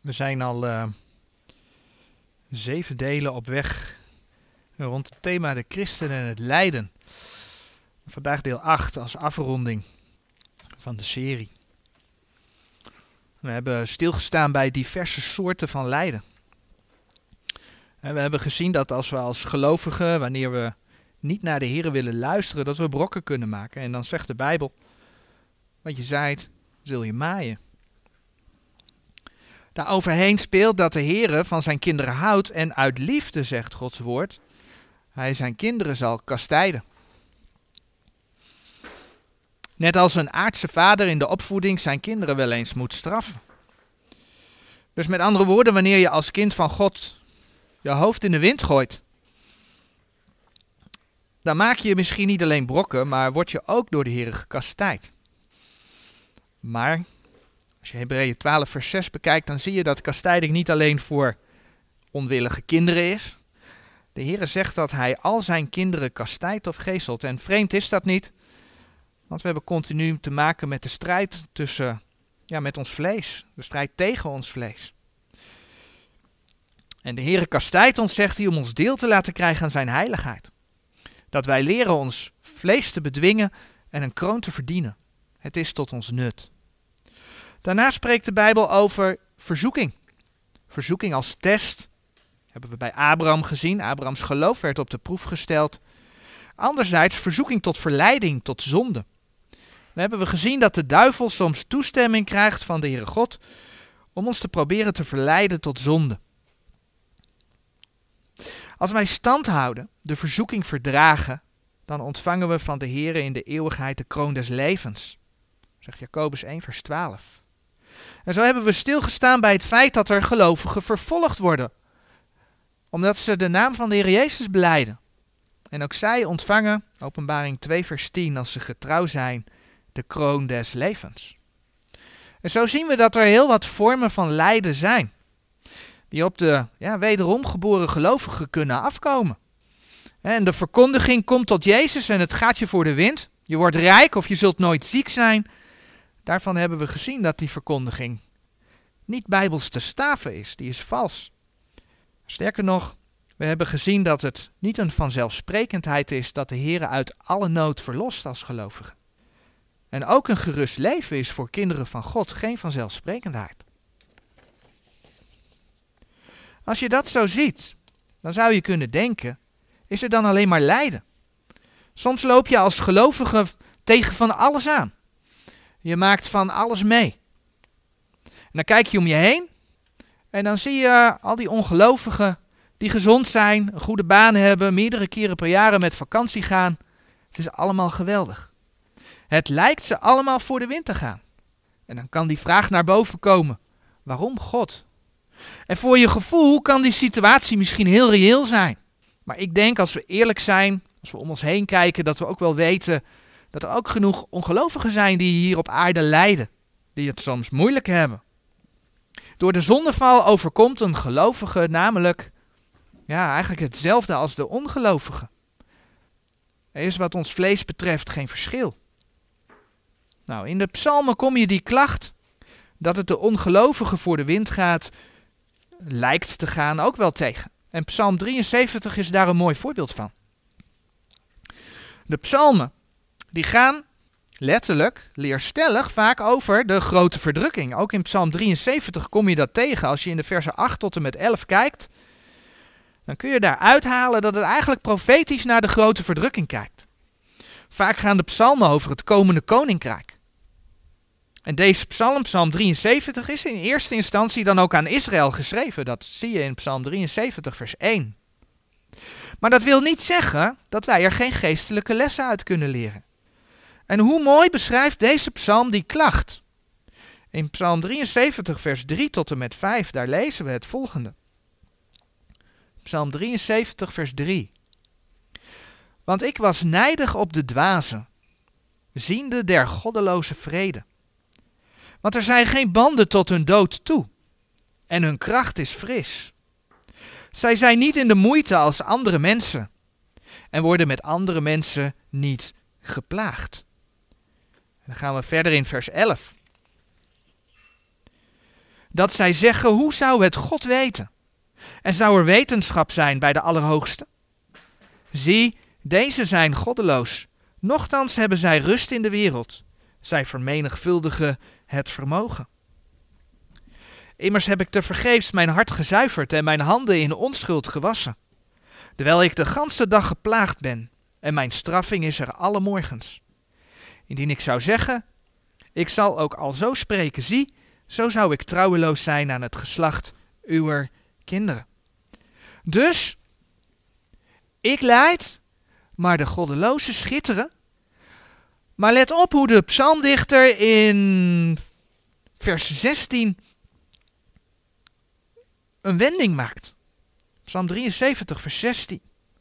We zijn al 7 delen op weg rond het thema de christen en het lijden. Vandaag deel 8 als afronding van de serie. We hebben stilgestaan bij diverse soorten van lijden. En we hebben gezien dat als we als gelovigen, wanneer we niet naar de Heer willen luisteren, dat we brokken kunnen maken. En dan zegt de Bijbel, wat je zaait, zul je maaien. Daaroverheen speelt dat de Heer van zijn kinderen houdt en uit liefde, zegt Gods woord, hij zijn kinderen zal kastijden. Net als een aardse vader in de opvoeding zijn kinderen wel eens moet straffen. Dus met andere woorden, wanneer je als kind van God je hoofd in de wind gooit, dan maak je misschien niet alleen brokken, maar word je ook door de Heer gekastijd. Maar als je Hebreeën 12 vers 6 bekijkt, dan zie je dat kastijding niet alleen voor onwillige kinderen is. De Heer zegt dat hij al zijn kinderen kastijdt of geeselt. En vreemd is dat niet, want we hebben continu te maken met de strijd met ons vlees. De strijd tegen ons vlees. En de Heer kastijdt ons, zegt hij, om ons deel te laten krijgen aan zijn heiligheid. Dat wij leren ons vlees te bedwingen en een kroon te verdienen. Het is tot ons nut. Daarna spreekt de Bijbel over verzoeking. Verzoeking als test. Hebben we bij Abraham gezien. Abrahams geloof werd op de proef gesteld. Anderzijds verzoeking tot verleiding, tot zonde. Dan hebben we gezien dat de duivel soms toestemming krijgt van de Heere God om ons te proberen te verleiden tot zonde. Als wij stand houden, de verzoeking verdragen, dan ontvangen we van de Heere in de eeuwigheid de kroon des levens. Zegt Jacobus 1 vers 12. En zo hebben we stilgestaan bij het feit dat er gelovigen vervolgd worden, omdat ze de naam van de Heer Jezus belijden. En ook zij ontvangen, Openbaring 2 vers 10, als ze getrouw zijn, de kroon des levens. En zo zien we dat er heel wat vormen van lijden zijn, die op de wederom geboren gelovigen kunnen afkomen. En de verkondiging komt tot Jezus en het gaat je voor de wind. Je wordt rijk of je zult nooit ziek zijn. Daarvan hebben we gezien dat die verkondiging niet bijbels te staven is, die is vals. Sterker nog, we hebben gezien dat het niet een vanzelfsprekendheid is dat de Heer uit alle nood verlost als gelovige. En ook een gerust leven is voor kinderen van God geen vanzelfsprekendheid. Als je dat zo ziet, dan zou je kunnen denken, is er dan alleen maar lijden? Soms loop je als gelovige tegen van alles aan. Je maakt van alles mee. En dan kijk je om je heen en dan zie je al die ongelovigen die gezond zijn, een goede baan hebben, meerdere keren per jaar met vakantie gaan. Het is allemaal geweldig. Het lijkt ze allemaal voor de wind te gaan. En dan kan die vraag naar boven komen. Waarom God? En voor je gevoel kan die situatie misschien heel reëel zijn. Maar ik denk als we eerlijk zijn, als we om ons heen kijken, dat we ook wel weten dat er ook genoeg ongelovigen zijn die hier op aarde lijden. Die het soms moeilijk hebben. Door de zondeval overkomt een gelovige namelijk eigenlijk hetzelfde als de ongelovige. Er is wat ons vlees betreft geen verschil. Nou, in de psalmen kom je die klacht dat het de ongelovige voor de wind gaat, lijkt te gaan, ook wel tegen. En Psalm 73 is daar een mooi voorbeeld van. De psalmen, die gaan letterlijk, leerstellig, vaak over de grote verdrukking. Ook in Psalm 73 kom je dat tegen. Als je in de versen 8 tot en met 11 kijkt, dan kun je daar uithalen dat het eigenlijk profetisch naar de grote verdrukking kijkt. Vaak gaan de psalmen over het komende koninkrijk. En deze psalm, Psalm 73, is in eerste instantie dan ook aan Israël geschreven. Dat zie je in Psalm 73 vers 1. Maar dat wil niet zeggen dat wij er geen geestelijke lessen uit kunnen leren. En hoe mooi beschrijft deze psalm die klacht. In Psalm 73 vers 3 tot en met 5, daar lezen we het volgende. Psalm 73 vers 3. Want ik was nijdig op de dwazen, ziende der goddeloze vrede. Want er zijn geen banden tot hun dood toe, en hun kracht is fris. Zij zijn niet in de moeite als andere mensen, en worden met andere mensen niet geplaagd. En dan gaan we verder in vers 11. dat zij zeggen, hoe zou het God weten? En zou er wetenschap zijn bij de Allerhoogste? Zie, deze zijn goddeloos. Nochtans hebben zij rust in de wereld. Zij vermenigvuldigen het vermogen. Immers heb ik tevergeefs mijn hart gezuiverd en mijn handen in onschuld gewassen. Terwijl ik de ganse dag geplaagd ben en mijn straffing is er alle morgens. Indien ik zou zeggen, ik zal ook al zo spreken, zie, zo zou ik trouweloos zijn aan het geslacht uwer kinderen. Dus, ik lijd, maar de goddelozen schitteren. Maar let op hoe de psalmdichter in vers 16 een wending maakt. Psalm 73, vers 16.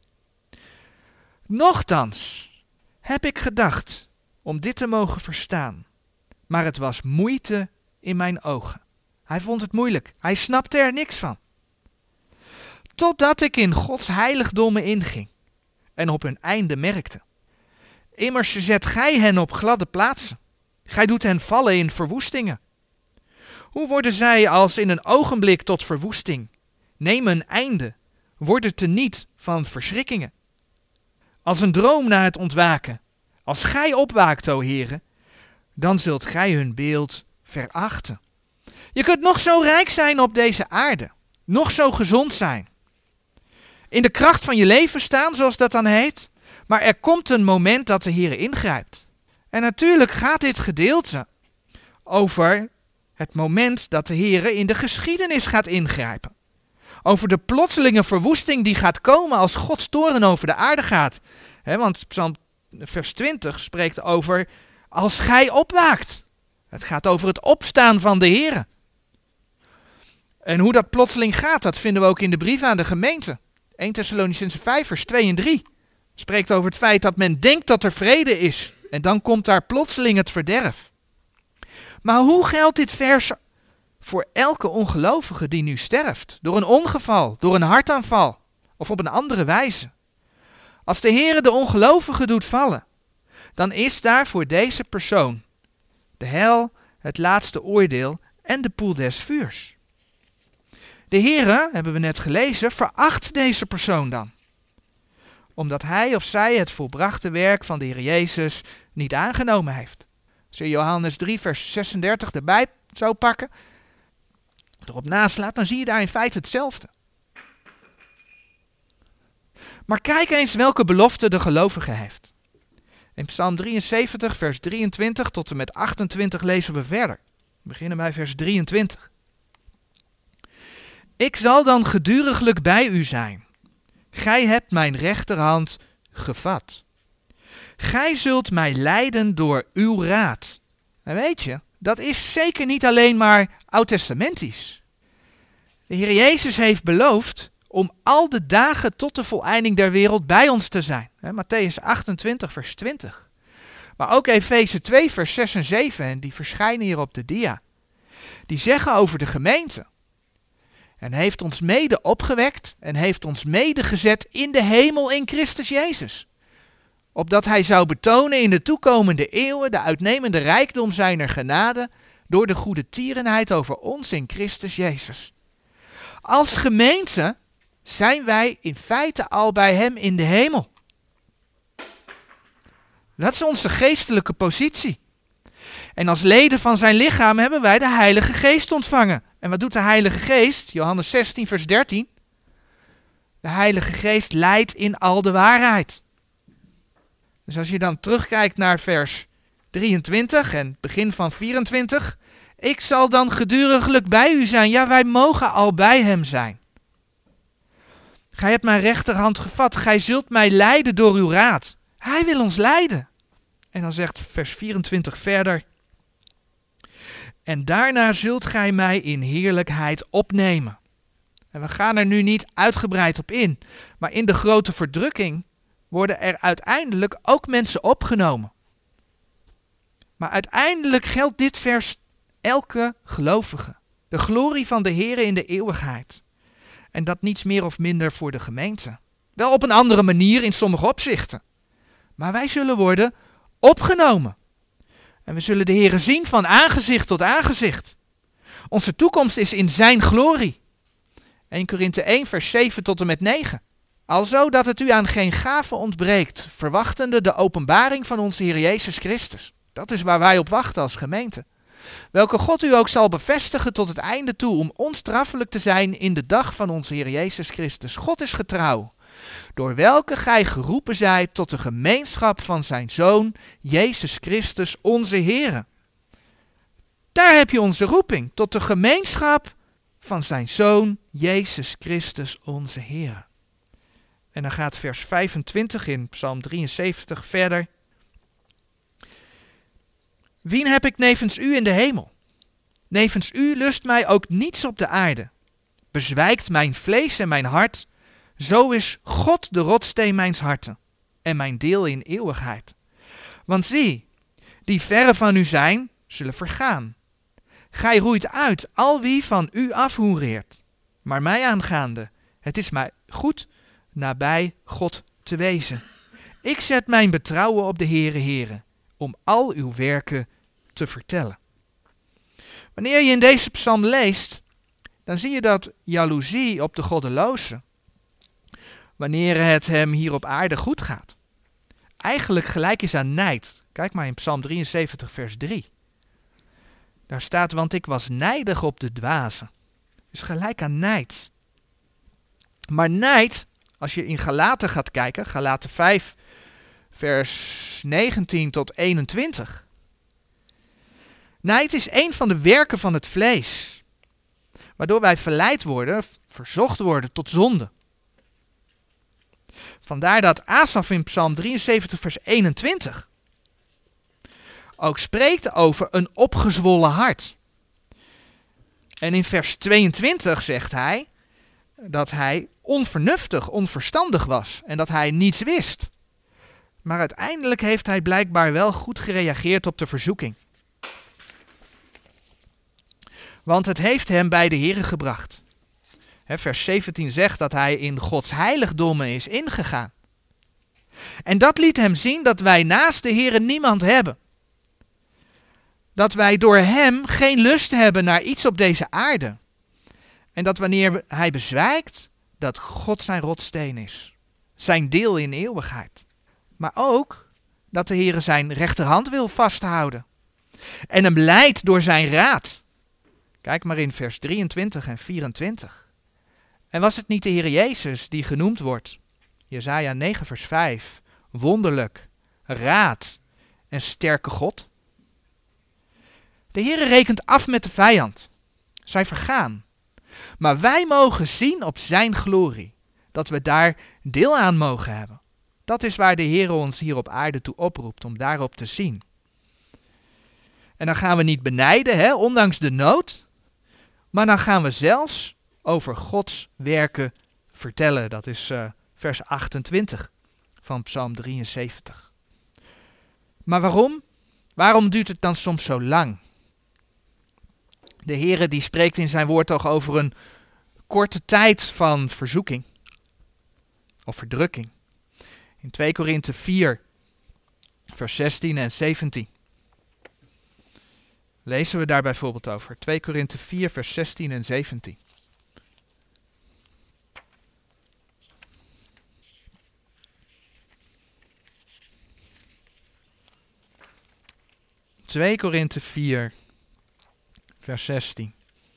Nochtans heb ik gedacht om dit te mogen verstaan, maar het was moeite in mijn ogen. Hij vond het moeilijk, hij snapte er niks van. Totdat ik in Gods heiligdommen inging en op hun einde merkte. Immers zet gij hen op gladde plaatsen. Gij doet hen vallen in verwoestingen. Hoe worden zij als in een ogenblik tot verwoesting? Nemen een einde, worden teniet van verschrikkingen. Als een droom na het ontwaken. Als gij opwaakt, o Heere, dan zult gij hun beeld verachten. Je kunt nog zo rijk zijn op deze aarde, nog zo gezond zijn. In de kracht van je leven staan, zoals dat dan heet. Maar er komt een moment dat de Heere ingrijpt. En natuurlijk gaat dit gedeelte over het moment dat de Heere in de geschiedenis gaat ingrijpen. Over de plotselinge verwoesting die gaat komen als Gods toorn over de aarde gaat. Want Psalm vers 20 spreekt over als gij opwaakt. Het gaat over het opstaan van de Heere. En hoe dat plotseling gaat, dat vinden we ook in de brief aan de gemeente. 1 Thessalonicenzen 5 vers 2 en 3. Spreekt over het feit dat men denkt dat er vrede is. En dan komt daar plotseling het verderf. Maar hoe geldt dit vers voor elke ongelovige die nu sterft? Door een ongeval, door een hartaanval of op een andere wijze. Als de Heere de ongelovige doet vallen, dan is daar voor deze persoon de hel, het laatste oordeel en de poel des vuurs. De Heere, hebben we net gelezen, veracht deze persoon dan. Omdat hij of zij het volbrachte werk van de Heer Jezus niet aangenomen heeft. Als je Johannes 3 vers 36 erbij zou pakken, erop naslaat, dan zie je daar in feite hetzelfde. Maar kijk eens welke belofte de gelovige heeft. In Psalm 73 vers 23 tot en met 28 lezen we verder. We beginnen bij vers 23. Ik zal dan geduriglijk bij u zijn. Gij hebt mijn rechterhand gevat. Gij zult mij leiden door uw raad. En weet je, dat is zeker niet alleen maar oud-testamentisch. De Heer Jezus heeft beloofd om al de dagen tot de voleinding der wereld bij ons te zijn. Mattheüs 28 vers 20. Maar ook Efeze 2 vers 6 en 7, en die verschijnen hier op de dia. Die zeggen over de gemeente. En heeft ons mede opgewekt en heeft ons mede gezet in de hemel in Christus Jezus. Opdat hij zou betonen in de toekomende eeuwen de uitnemende rijkdom zijner genade door de goede tierenheid over ons in Christus Jezus. Als gemeente zijn wij in feite al bij hem in de hemel. Dat is onze geestelijke positie. En als leden van zijn lichaam hebben wij de Heilige Geest ontvangen. En wat doet de Heilige Geest? Johannes 16 vers 13. De Heilige Geest leidt in al de waarheid. Dus als je dan terugkijkt naar vers 23 en begin van 24. Ik zal dan geduriglijk bij u zijn. Ja, wij mogen al bij hem zijn. Gij hebt mijn rechterhand gevat. Gij zult mij leiden door uw raad. Hij wil ons leiden. En dan zegt vers 24 verder. En daarna zult gij mij in heerlijkheid opnemen. En we gaan er nu niet uitgebreid op in. Maar in de grote verdrukking worden er uiteindelijk ook mensen opgenomen. Maar uiteindelijk geldt dit vers elke gelovige. De glorie van de Heere in de eeuwigheid. En dat niets meer of minder voor de gemeente. Wel op een andere manier in sommige opzichten. Maar wij zullen worden opgenomen. En we zullen de Heere zien van aangezicht tot aangezicht. Onze toekomst is in zijn glorie. 1 Korinthe 1 vers 7 tot en met 9. Alzo dat het u aan geen gave ontbreekt, verwachtende de openbaring van onze Heer Jezus Christus. Dat is waar wij op wachten als gemeente. Welke God u ook zal bevestigen tot het einde toe, om onstraffelijk te zijn in de dag van onze Heer Jezus Christus. God is getrouw, door welke gij geroepen zijt tot de gemeenschap van zijn Zoon, Jezus Christus, onze Heer. Daar heb je onze roeping, tot de gemeenschap van zijn Zoon, Jezus Christus, onze Heer. En dan gaat vers 25 in Psalm 73 verder. Wien heb ik nevens u in de hemel? Nevens u lust mij ook niets op de aarde. Bezwijkt mijn vlees en mijn hart, zo is God de rotsteen mijns harten en mijn deel in eeuwigheid. Want zie, die verre van u zijn, zullen vergaan. Gij roeit uit al wie van u afhoereert. Maar mij aangaande, het is mij goed nabij God te wezen. Ik zet mijn betrouwen op de Heere, om al uw werken te vertellen. Wanneer je in deze psalm leest, dan zie je dat jaloezie op de goddeloze, wanneer het hem hier op aarde goed gaat, eigenlijk gelijk is aan nijd. Kijk maar in Psalm 73 vers 3. Daar staat, want ik was nijdig op de dwazen. Dus gelijk aan nijd. Maar nijd, als je in Galaten gaat kijken, Galaten 5 vers 19 tot 21. Nijd is een van de werken van het vlees, waardoor wij verleid worden, verzocht worden tot zonde. Vandaar dat Asaf in Psalm 73 vers 21 ook spreekt over een opgezwollen hart. En in vers 22 zegt hij dat hij onvernuftig, onverstandig was en dat hij niets wist. Maar uiteindelijk heeft hij blijkbaar wel goed gereageerd op de verzoeking. Want het heeft hem bij de Here gebracht. Vers 17 zegt dat hij in Gods heiligdommen is ingegaan. En dat liet hem zien dat wij naast de Here niemand hebben. Dat wij door hem geen lust hebben naar iets op deze aarde. En dat wanneer hij bezwijkt, dat God zijn rotsteen is. Zijn deel in eeuwigheid. Maar ook dat de Heere zijn rechterhand wil vasthouden. En hem leidt door zijn raad. Kijk maar in vers 23 en 24. En was het niet de Heere Jezus die genoemd wordt? Jesaja 9 vers 5. Wonderlijk, raad en sterke God. De Heere rekent af met de vijand. Zij vergaan. Maar wij mogen zien op zijn glorie. Dat we daar deel aan mogen hebben. Dat is waar de Heere ons hier op aarde toe oproept, om daarop te zien. En dan gaan we niet benijden, ondanks de nood. Maar dan gaan we zelfs over Gods werken vertellen. Dat is vers 28 van Psalm 73. Maar waarom? Waarom duurt het dan soms zo lang? De Heere die spreekt in zijn woord toch over een korte tijd van verzoeking of verdrukking. In 2 Korinthe 4, vers 16 en 17. Lezen we daar bijvoorbeeld over. 2 Korinthe 4, vers 16 en 17. (2 Korinthe 4, vers 16).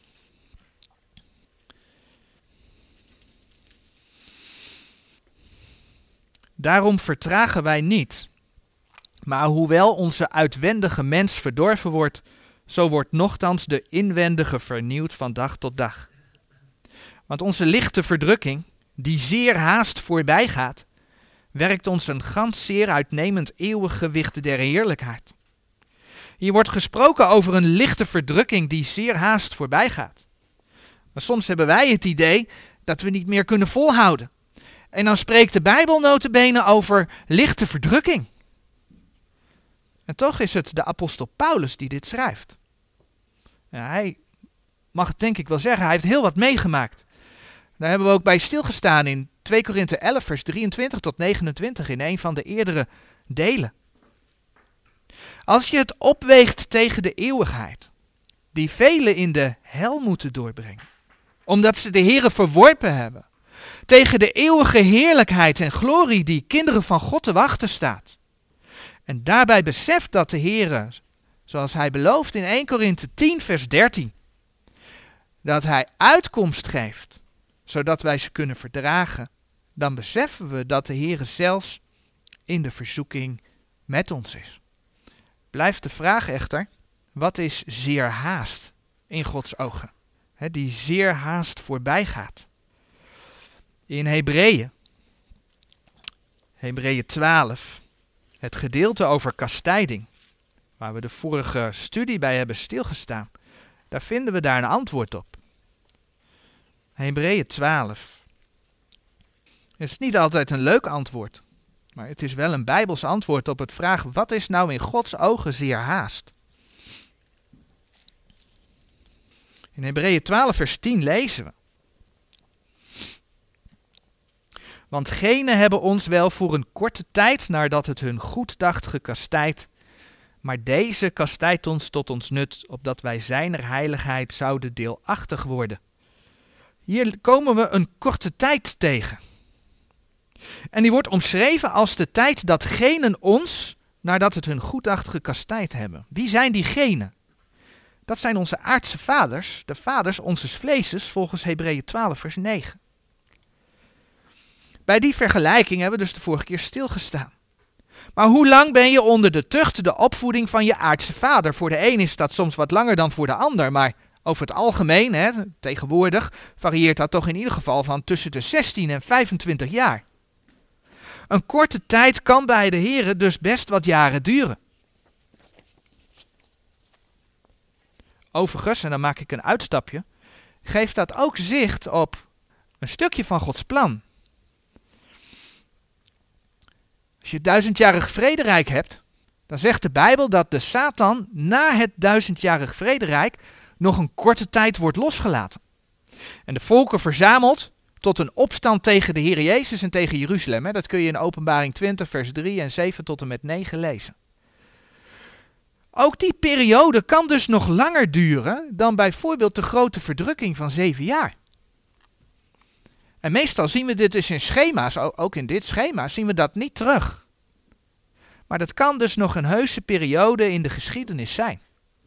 Daarom vertragen wij niet. Maar hoewel onze uitwendige mens verdorven wordt, zo wordt nochtans de inwendige vernieuwd van dag tot dag. Want onze lichte verdrukking, die zeer haast voorbij gaat, werkt ons een gans zeer uitnemend eeuwig gewicht der heerlijkheid. Hier wordt gesproken over een lichte verdrukking die zeer haast voorbij gaat. Maar soms hebben wij het idee dat we niet meer kunnen volhouden. En dan spreekt de Bijbel nota bene over lichte verdrukking. En toch is het de apostel Paulus die dit schrijft. Ja, hij mag het denk ik wel zeggen, hij heeft heel wat meegemaakt. Daar hebben we ook bij stilgestaan in 2 Korinthe 11 vers 23 tot 29 in een van de eerdere delen. Als je het opweegt tegen de eeuwigheid, die velen in de hel moeten doorbrengen. Omdat ze de Heere verworpen hebben. Tegen de eeuwige heerlijkheid en glorie die kinderen van God te wachten staat. En daarbij beseft dat de Heere, zoals hij belooft in 1 Korinthe 10 vers 13, dat hij uitkomst geeft, zodat wij ze kunnen verdragen, dan beseffen we dat de Heere zelfs in de verzoeking met ons is. Blijft de vraag echter, wat is zeer haast in Gods ogen? Die zeer haast voorbij gaat. In Hebreeën 12, het gedeelte over kastijding, waar we de vorige studie bij hebben stilgestaan, daar vinden we daar een antwoord op. Hebreeën 12. Het is niet altijd een leuk antwoord, maar het is wel een Bijbels antwoord op het vraag, wat is nou in Gods ogen zeer haast? In Hebreeën 12 vers 10 lezen we. Want genen hebben ons wel voor een korte tijd, nadat het hun goed dacht, gekastijd. Maar deze kastijdt ons tot ons nut, opdat wij zijner heiligheid zouden deelachtig worden. Hier komen we een korte tijd tegen. En die wordt omschreven als de tijd dat genen ons, nadat het hun goed dacht, gekastijd hebben. Wie zijn die genen? Dat zijn onze aardse vaders, de vaders onzes vleeses, volgens Hebreeën 12 vers 9. Bij die vergelijking hebben we dus de vorige keer stilgestaan. Maar hoe lang ben je onder de tucht, de opvoeding van je aardse vader? Voor de een is dat soms wat langer dan voor de ander, maar over het algemeen, tegenwoordig, varieert dat toch in ieder geval van tussen de 16 en 25 jaar. Een korte tijd kan bij de Heere dus best wat jaren duren. Overigens, en dan maak ik een uitstapje, geeft dat ook zicht op een stukje van Gods plan. Als je het 1000-jarig vrederijk hebt, dan zegt de Bijbel dat de Satan na het 1000-jarig vrederijk nog een korte tijd wordt losgelaten. En de volken verzamelt tot een opstand tegen de Heer Jezus en tegen Jeruzalem. Dat kun je in Openbaring 20 vers 3 en 7 tot en met 9 lezen. Ook die periode kan dus nog langer duren dan bijvoorbeeld de grote verdrukking van 7 jaar. En meestal zien we dit dus in schema's, ook in dit schema zien we dat niet terug. Maar dat kan dus nog een heuse periode in de geschiedenis zijn.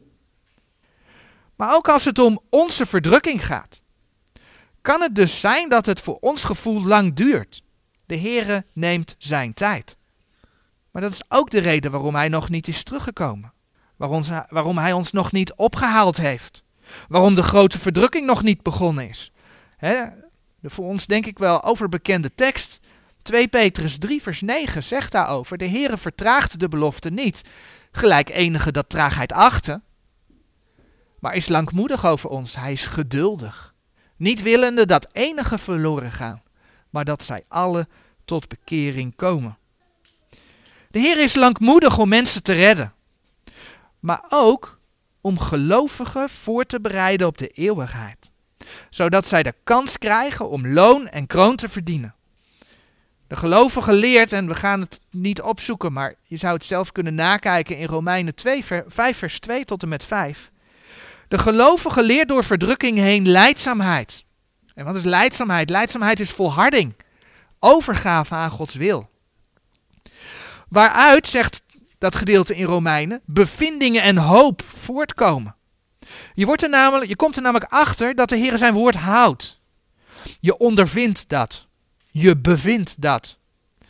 Maar ook als het om onze verdrukking gaat, kan het dus zijn dat het voor ons gevoel lang duurt. De Heere neemt zijn tijd. Maar dat is ook de reden waarom hij nog niet is teruggekomen. Waarom hij ons nog niet opgehaald heeft. Waarom de grote verdrukking nog niet begonnen is. De voor ons denk ik wel overbekende tekst, 2 Petrus 3 vers 9 zegt daarover, de Heere vertraagt de belofte niet, gelijk enige dat traagheid achten, maar is langmoedig over ons, hij is geduldig. Niet willende dat enige verloren gaan, maar dat zij alle tot bekering komen. De Heer is langmoedig om mensen te redden, maar ook om gelovigen voor te bereiden op de eeuwigheid, zodat zij de kans krijgen om loon en kroon te verdienen. De gelovige leert, en we gaan het niet opzoeken, maar je zou het zelf kunnen nakijken in Romeinen 5 vers 2 tot en met 5. De gelovige leert door verdrukking heen lijdzaamheid. En wat is lijdzaamheid? Lijdzaamheid is volharding, overgave aan Gods wil. Waaruit, zegt dat gedeelte in Romeinen, bevindingen en hoop voortkomen. Je komt er namelijk achter dat de Heer zijn woord houdt. Je ondervindt dat. Je bevindt dat.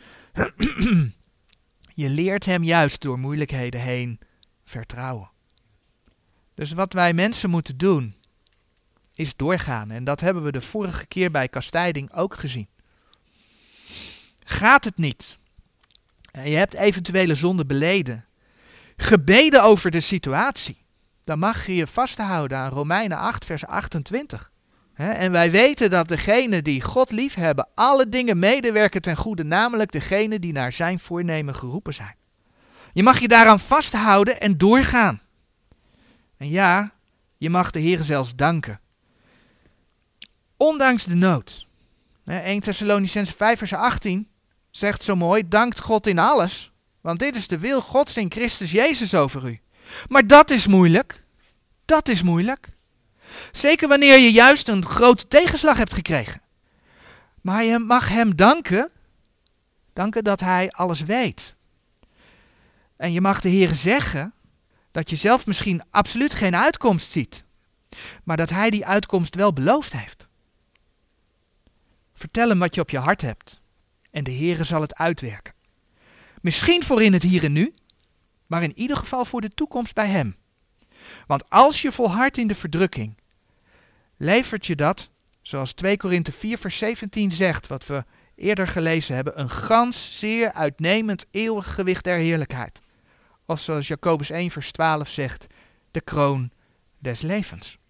Je leert hem juist door moeilijkheden heen vertrouwen. Dus wat wij mensen moeten doen, is doorgaan. En dat hebben we de vorige keer bij kastijding ook gezien. Gaat het niet, en je hebt eventuele zonde beleden, gebeden over de situatie, dan mag je je vasthouden aan Romeinen 8 vers 28. En wij weten dat degenen die God lief hebben, alle dingen medewerken ten goede, namelijk degenen die naar zijn voornemen geroepen zijn. Je mag je daaraan vasthouden en doorgaan. En ja, je mag de Heer zelfs danken. Ondanks de nood. 1 Thessalonicenzen 5 vers 18 zegt zo mooi, dankt God in alles, want dit is de wil Gods in Christus Jezus over u. Maar dat is moeilijk. Dat is moeilijk. Zeker wanneer je juist een grote tegenslag hebt gekregen. Maar je mag hem danken dat hij alles weet. En je mag de Heer zeggen dat je zelf misschien absoluut geen uitkomst ziet. Maar dat hij die uitkomst wel beloofd heeft. Vertel hem wat je op je hart hebt. En de Heer zal het uitwerken. Misschien voor in het hier en nu. Maar in ieder geval voor de toekomst bij hem. Want als je volhardt in de verdrukking, levert je dat, zoals 2 Korinthe 4 vers 17 zegt, wat we eerder gelezen hebben, een gans zeer uitnemend eeuwig gewicht der heerlijkheid. Of zoals Jacobus 1 vers 12 zegt, de kroon des levens.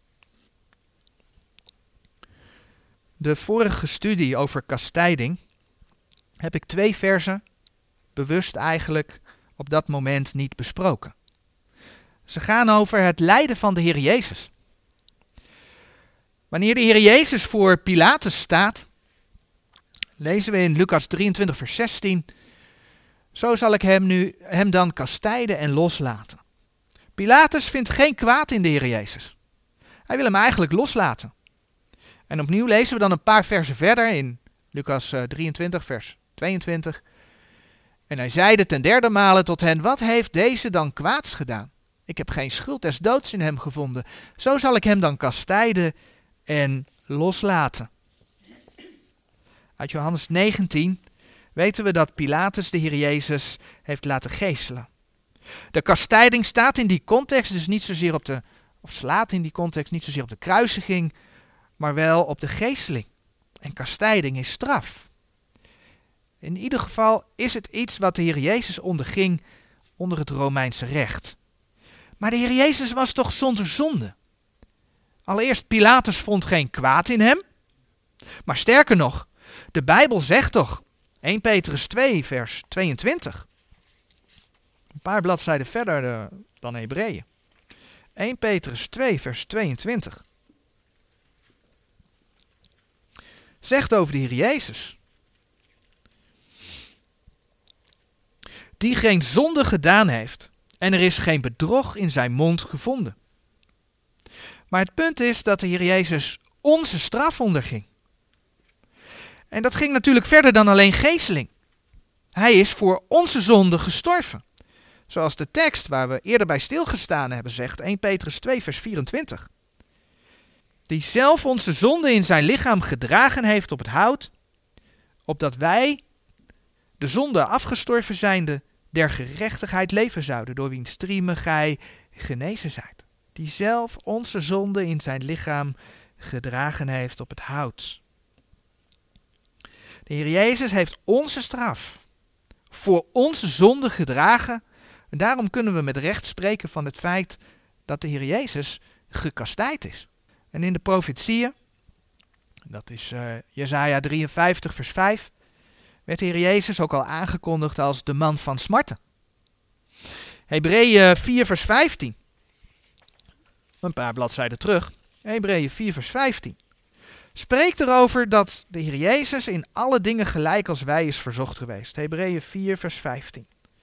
De vorige studie over kastijding heb ik 2 versen bewust eigenlijk op dat moment niet besproken. Ze gaan over het lijden van de Heer Jezus. Wanneer de Heer Jezus voor Pilatus staat, lezen we in Lucas 23 vers 16, zo zal ik hem dan kastijden en loslaten. Pilatus vindt geen kwaad in de Heer Jezus. Hij wil hem eigenlijk loslaten. En opnieuw lezen we dan een paar versen verder in Lucas 23 vers 22. En hij zeide ten derde male tot hen, wat heeft deze dan kwaads gedaan? Ik heb geen schuld des doods in hem gevonden. Zo zal ik hem dan kastijden en loslaten. Uit Johannes 19 weten we dat Pilatus de Heer Jezus heeft laten geeselen. De kastijding staat in die context dus niet zozeer slaat in die context niet zozeer op de kruisiging, maar wel op de geesteling. En kastijding is straf. In ieder geval is het iets wat de Heer Jezus onderging onder het Romeinse recht. Maar de Heer Jezus was toch zonder zonde? Allereerst, Pilatus vond geen kwaad in hem. Maar sterker nog, de Bijbel zegt toch, 1 Petrus 2 vers 22. Een paar bladzijden verder dan Hebreeën. 1 Petrus 2 vers 22. Zegt over de Heer Jezus. Die geen zonde gedaan heeft en er is geen bedrog in zijn mond gevonden. Maar het punt is dat de Heer Jezus onze straf onderging. En dat ging natuurlijk verder dan alleen geesteling. Hij is voor onze zonde gestorven. Zoals de tekst waar we eerder bij stilgestaan hebben zegt, 1 Petrus 2 vers 24. Die zelf onze zonde in zijn lichaam gedragen heeft op het hout, opdat wij, de zonde afgestorven zijnde, der gerechtigheid leven zouden, door wiens striemen gij genezen zijt. Die zelf onze zonde in zijn lichaam gedragen heeft op het hout. De Heer Jezus heeft onze straf voor onze zonde gedragen. En daarom kunnen we met recht spreken van het feit dat de Heer Jezus gekastijd is. En in de profetieën, dat is Jesaja 53 vers 5, werd de Heer Jezus ook al aangekondigd als de man van smarten. Hebreeën 4 vers 15. Een paar bladzijden terug. Hebreeën 4 vers 15. Spreekt erover dat de Heer Jezus in alle dingen gelijk als wij is verzocht geweest. Hebreeën 4 vers 15.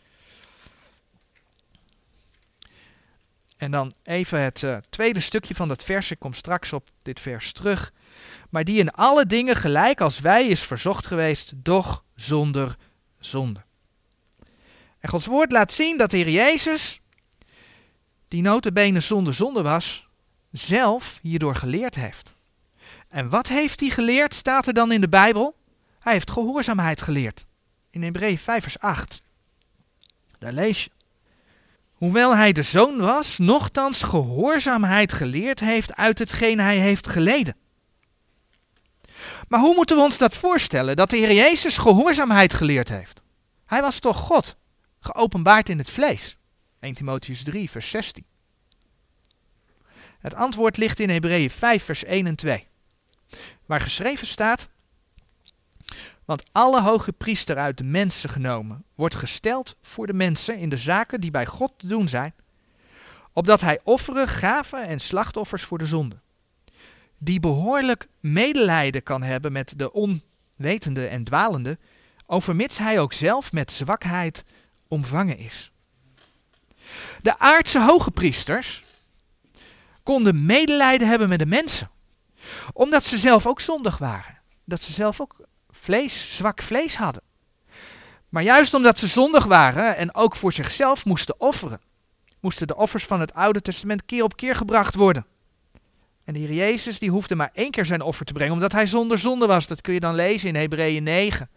En dan even het tweede stukje van dat vers. Ik kom straks op dit vers terug. Maar die in alle dingen gelijk als wij is verzocht geweest, doch zonder zonde. En Gods woord laat zien dat de Heer Jezus, die nota bene zonder zonde was, zelf hierdoor geleerd heeft. En wat heeft hij geleerd, staat er dan in de Bijbel? Hij heeft gehoorzaamheid geleerd. In Hebreeën 5 vers 8. Daar lees je. Hoewel hij de zoon was, nochtans gehoorzaamheid geleerd heeft uit hetgeen hij heeft geleden. Maar hoe moeten we ons dat voorstellen, dat de Heer Jezus gehoorzaamheid geleerd heeft? Hij was toch God, geopenbaard in het vlees. 1 Timotheüs 3 vers 16. Het antwoord ligt in Hebreeën 5 vers 1 en 2. Waar geschreven staat, want alle hoge priester uit de mensen genomen wordt gesteld voor de mensen in de zaken die bij God te doen zijn, opdat hij offeren, gaven en slachtoffers voor de zonde, die behoorlijk medelijden kan hebben met de onwetende en dwalende, overmits hij ook zelf met zwakheid omvangen is. De aardse hoge priesters konden medelijden hebben met de mensen. Omdat ze zelf ook zondig waren. Dat ze zelf ook zwak vlees hadden. Maar juist omdat ze zondig waren en ook voor zichzelf moesten offeren, moesten de offers van het Oude Testament keer op keer gebracht worden. En de Heer Jezus die hoefde maar 1 keer zijn offer te brengen, omdat hij zonder zonde was. Dat kun je dan lezen in Hebreeën 9.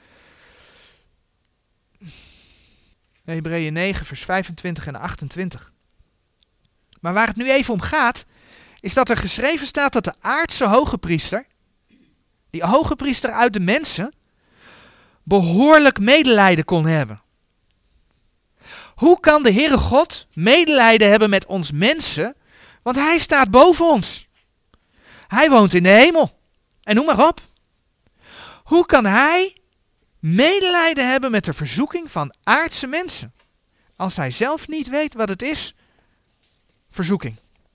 Hebreeën 9 vers 25 en 28. Maar waar het nu even om gaat, is dat er geschreven staat dat de aardse hoge priester, die hoge priester uit de mensen, behoorlijk medelijden kon hebben. Hoe kan de Heere God medelijden hebben met ons mensen? Want hij staat boven ons. Hij woont in de hemel. En noem maar op. Hoe kan hij medelijden hebben met de verzoeking van aardse mensen? Als hij zelf niet weet wat het is, verzoeking.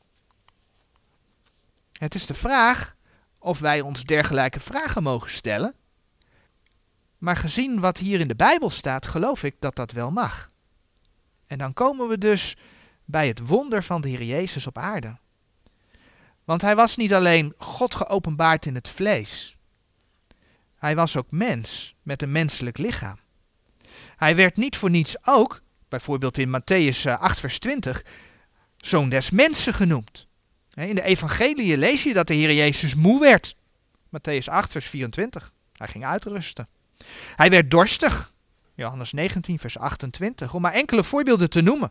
Het is de vraag of wij ons dergelijke vragen mogen stellen. Maar gezien wat hier in de Bijbel staat, geloof ik dat dat wel mag. En dan komen we dus bij het wonder van de Heer Jezus op aarde. Want hij was niet alleen God geopenbaard in het vlees. Hij was ook mens met een menselijk lichaam. Hij werd niet voor niets ook, bijvoorbeeld in Matthäus 8 vers 20, zoon des mensen genoemd. In de evangelie lees je dat de Heer Jezus moe werd. Matthäus 8 vers 24. Hij ging uitrusten. Hij werd dorstig. Johannes 19 vers 28. Om maar enkele voorbeelden te noemen.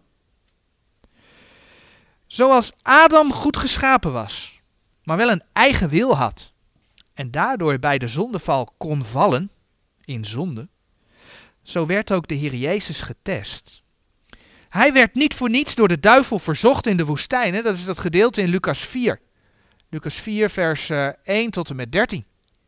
Zoals Adam goed geschapen was, maar wel een eigen wil had. En daardoor bij de zondeval kon vallen, in zonde. Zo werd ook de Heer Jezus getest. Hij werd niet voor niets door de duivel verzocht in de woestijn. Hè? Dat is dat gedeelte in Lucas 4. Lucas 4 vers 1 tot en met 13.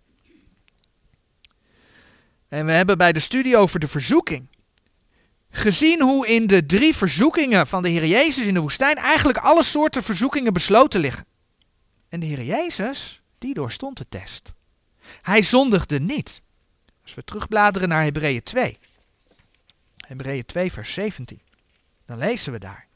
En we hebben bij de studie over de verzoeking gezien hoe in de 3 verzoekingen van de Heer Jezus in de woestijn eigenlijk alle soorten verzoekingen besloten liggen. En de Heer Jezus, die doorstond de test. Hij zondigde niet. Als we terugbladeren naar Hebreeën 2. Hebreeën 2 vers 17. Dan lezen we daar.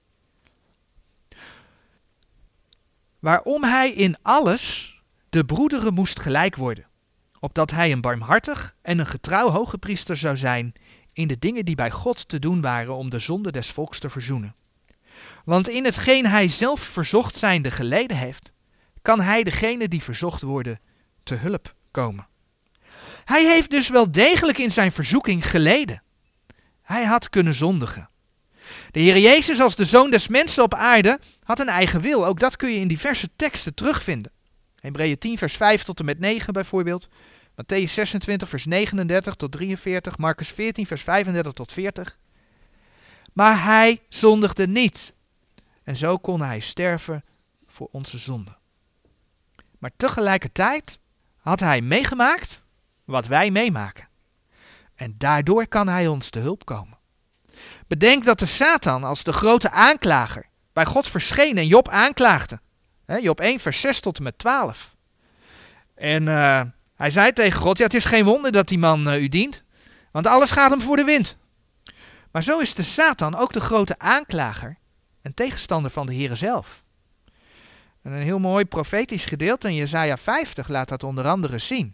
Waarom hij in alles de broederen moest gelijk worden, opdat hij een barmhartig en een getrouw hogepriester zou zijn in de dingen die bij God te doen waren om de zonde des volks te verzoenen. Want in hetgeen hij zelf verzocht zijnde geleden heeft, kan hij degene die verzocht worden te hulp komen. Hij heeft dus wel degelijk in zijn verzoeking geleden. Hij had kunnen zondigen. De Heer Jezus als de Zoon des mensen op aarde had een eigen wil. Ook dat kun je in diverse teksten terugvinden. Hebreeën 10 vers 5 tot en met 9 bijvoorbeeld. Matthäus 26 vers 39 tot 43. Marcus 14 vers 35 tot 40. Maar hij zondigde niet. En zo kon hij sterven voor onze zonde. Maar tegelijkertijd had hij meegemaakt wat wij meemaken. En daardoor kan hij ons te hulp komen. Bedenk dat de Satan als de grote aanklager bij God verscheen en Job aanklaagde. Job 1 vers 6 tot en met 12. En hij zei tegen God, ja, het is geen wonder dat die man u dient, want alles gaat hem voor de wind. Maar zo is de Satan ook de grote aanklager en tegenstander van de Heere zelf. En een heel mooi profetisch gedeelte in Jesaja 50 laat dat onder andere zien.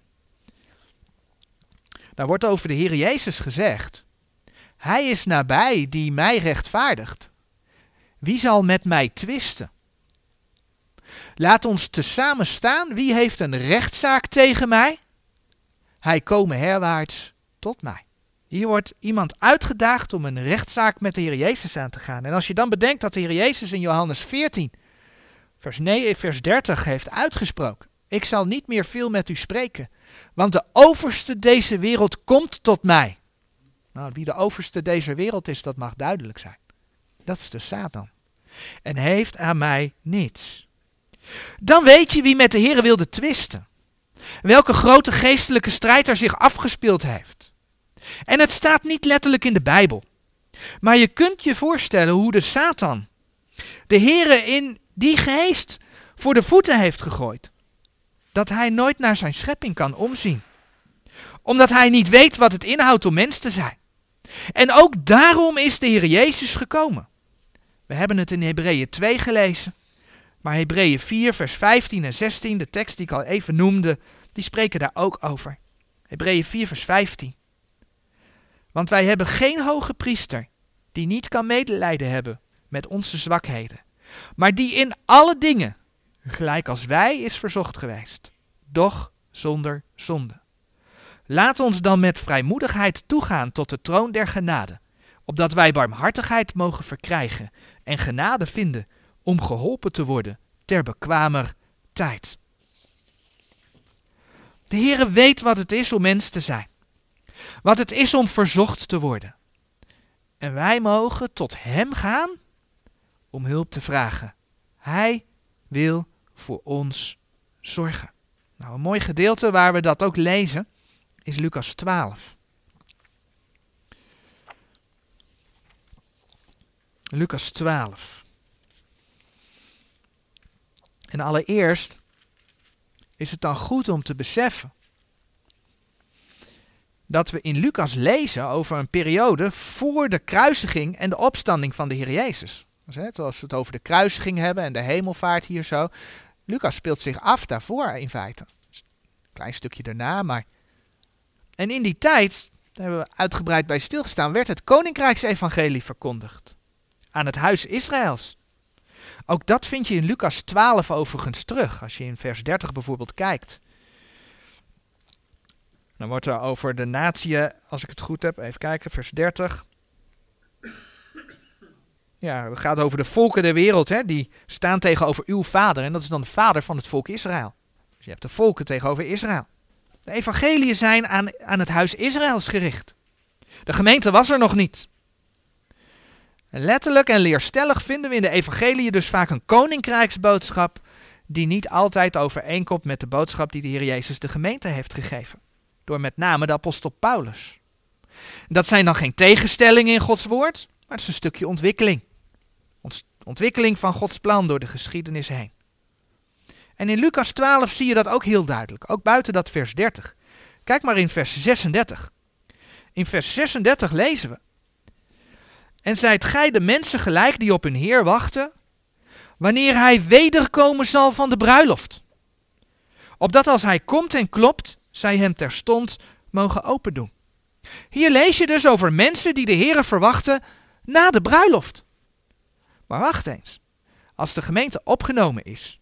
Daar wordt over de Heere Jezus gezegd: Hij is nabij die mij rechtvaardigt. Wie zal met mij twisten? Laat ons tezamen staan. Wie heeft een rechtszaak tegen mij? Hij kome herwaarts tot mij. Hier wordt iemand uitgedaagd om een rechtszaak met de Heer Jezus aan te gaan. En als je dan bedenkt dat de Heer Jezus in Johannes 14, vers 30 heeft uitgesproken: Ik zal niet meer veel met u spreken, want de overste deze wereld komt tot mij. Nou, wie de overste deze wereld is, dat mag duidelijk zijn. Dat is de Satan. En heeft aan mij niets. Dan weet je wie met de Heere wilde twisten. Welke grote geestelijke strijd er zich afgespeeld heeft. En het staat niet letterlijk in de Bijbel. Maar je kunt je voorstellen hoe de Satan de Heere in die geest voor de voeten heeft gegooid. Dat hij nooit naar zijn schepping kan omzien. Omdat hij niet weet wat het inhoudt om mens te zijn. En ook daarom is de Heer Jezus gekomen. We hebben het in Hebreeën 2 gelezen. Maar Hebreeën 4 vers 15 en 16, de tekst die ik al even noemde, die spreken daar ook over. Hebreeën 4 vers 15. Want wij hebben geen hoge priester die niet kan medelijden hebben met onze zwakheden, maar die in alle dingen, gelijk als wij, is verzocht geweest, doch zonder zonde. Laat ons dan met vrijmoedigheid toegaan tot de troon der genade, opdat wij barmhartigheid mogen verkrijgen en genade vinden om geholpen te worden ter bekwamer tijd. De Heere weet wat het is om mens te zijn, wat het is om verzocht te worden. En wij mogen tot Hem gaan om hulp te vragen. Hij wil voor ons zorgen. Nou, een mooi gedeelte waar we dat ook lezen is Lucas 12. Lucas 12. En allereerst is het dan goed om te beseffen dat we in Lucas lezen over een periode voor de kruisiging en de opstanding van de Heer Jezus. Dus, als we het over de kruisiging hebben en de hemelvaart hier zo. Lucas speelt zich af daarvoor in feite. Een klein stukje daarna, maar... En in die tijd, daar hebben we uitgebreid bij stilgestaan, werd het Koninkrijksevangelie verkondigd aan het huis Israëls. Ook dat vind je in Lucas 12 overigens terug, als je in vers 30 bijvoorbeeld kijkt. Dan wordt er over de natieën, als ik het goed heb, even kijken, vers 30. Ja, het gaat over de volken der wereld, hè, die staan tegenover uw vader. En dat is dan de vader van het volk Israël. Dus je hebt de volken tegenover Israël. De evangeliën zijn aan het huis Israëls gericht. De gemeente was er nog niet. En letterlijk en leerstellig vinden we in de evangeliën dus vaak een koninkrijksboodschap die niet altijd overeenkomt met de boodschap die de Heer Jezus de gemeente heeft gegeven. Door met name de apostel Paulus. Dat zijn dan geen tegenstellingen in Gods woord, maar het is een stukje ontwikkeling. Ontwikkeling van Gods plan door de geschiedenis heen. En in Lucas 12 zie je dat ook heel duidelijk, ook buiten dat vers 30. Kijk maar in vers 36. In vers 36 lezen we: En zijt gij de mensen gelijk die op hun Heer wachten, wanneer hij wederkomen zal van de bruiloft. Opdat als hij komt en klopt, zij hem terstond mogen opendoen. Hier lees je dus over mensen die de Heere verwachten na de bruiloft. Maar wacht eens, als de gemeente opgenomen is,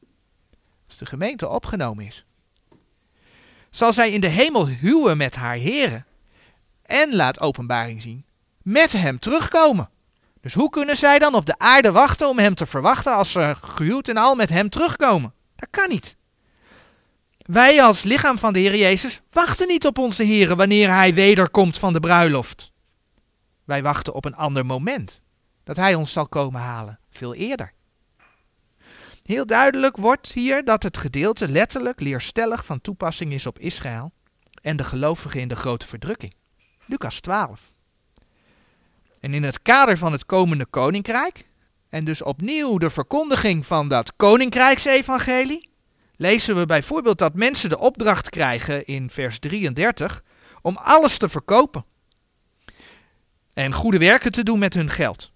zal zij in de hemel huwen met haar Heere en, laat Openbaring zien, met hem terugkomen. Dus hoe kunnen zij dan op de aarde wachten om hem te verwachten als ze gehuwd en al met hem terugkomen? Dat kan niet. Wij als lichaam van de Heer Jezus wachten niet op onze Heere wanneer hij wederkomt van de bruiloft. Wij wachten op een ander moment, dat hij ons zal komen halen, veel eerder. Heel duidelijk wordt hier dat het gedeelte letterlijk leerstellig van toepassing is op Israël en de gelovigen in de grote verdrukking. Lucas 12. En in het kader van het komende koninkrijk, en dus opnieuw de verkondiging van dat koninkrijksevangelie, lezen we bijvoorbeeld dat mensen de opdracht krijgen in vers 33 om alles te verkopen en goede werken te doen met hun geld.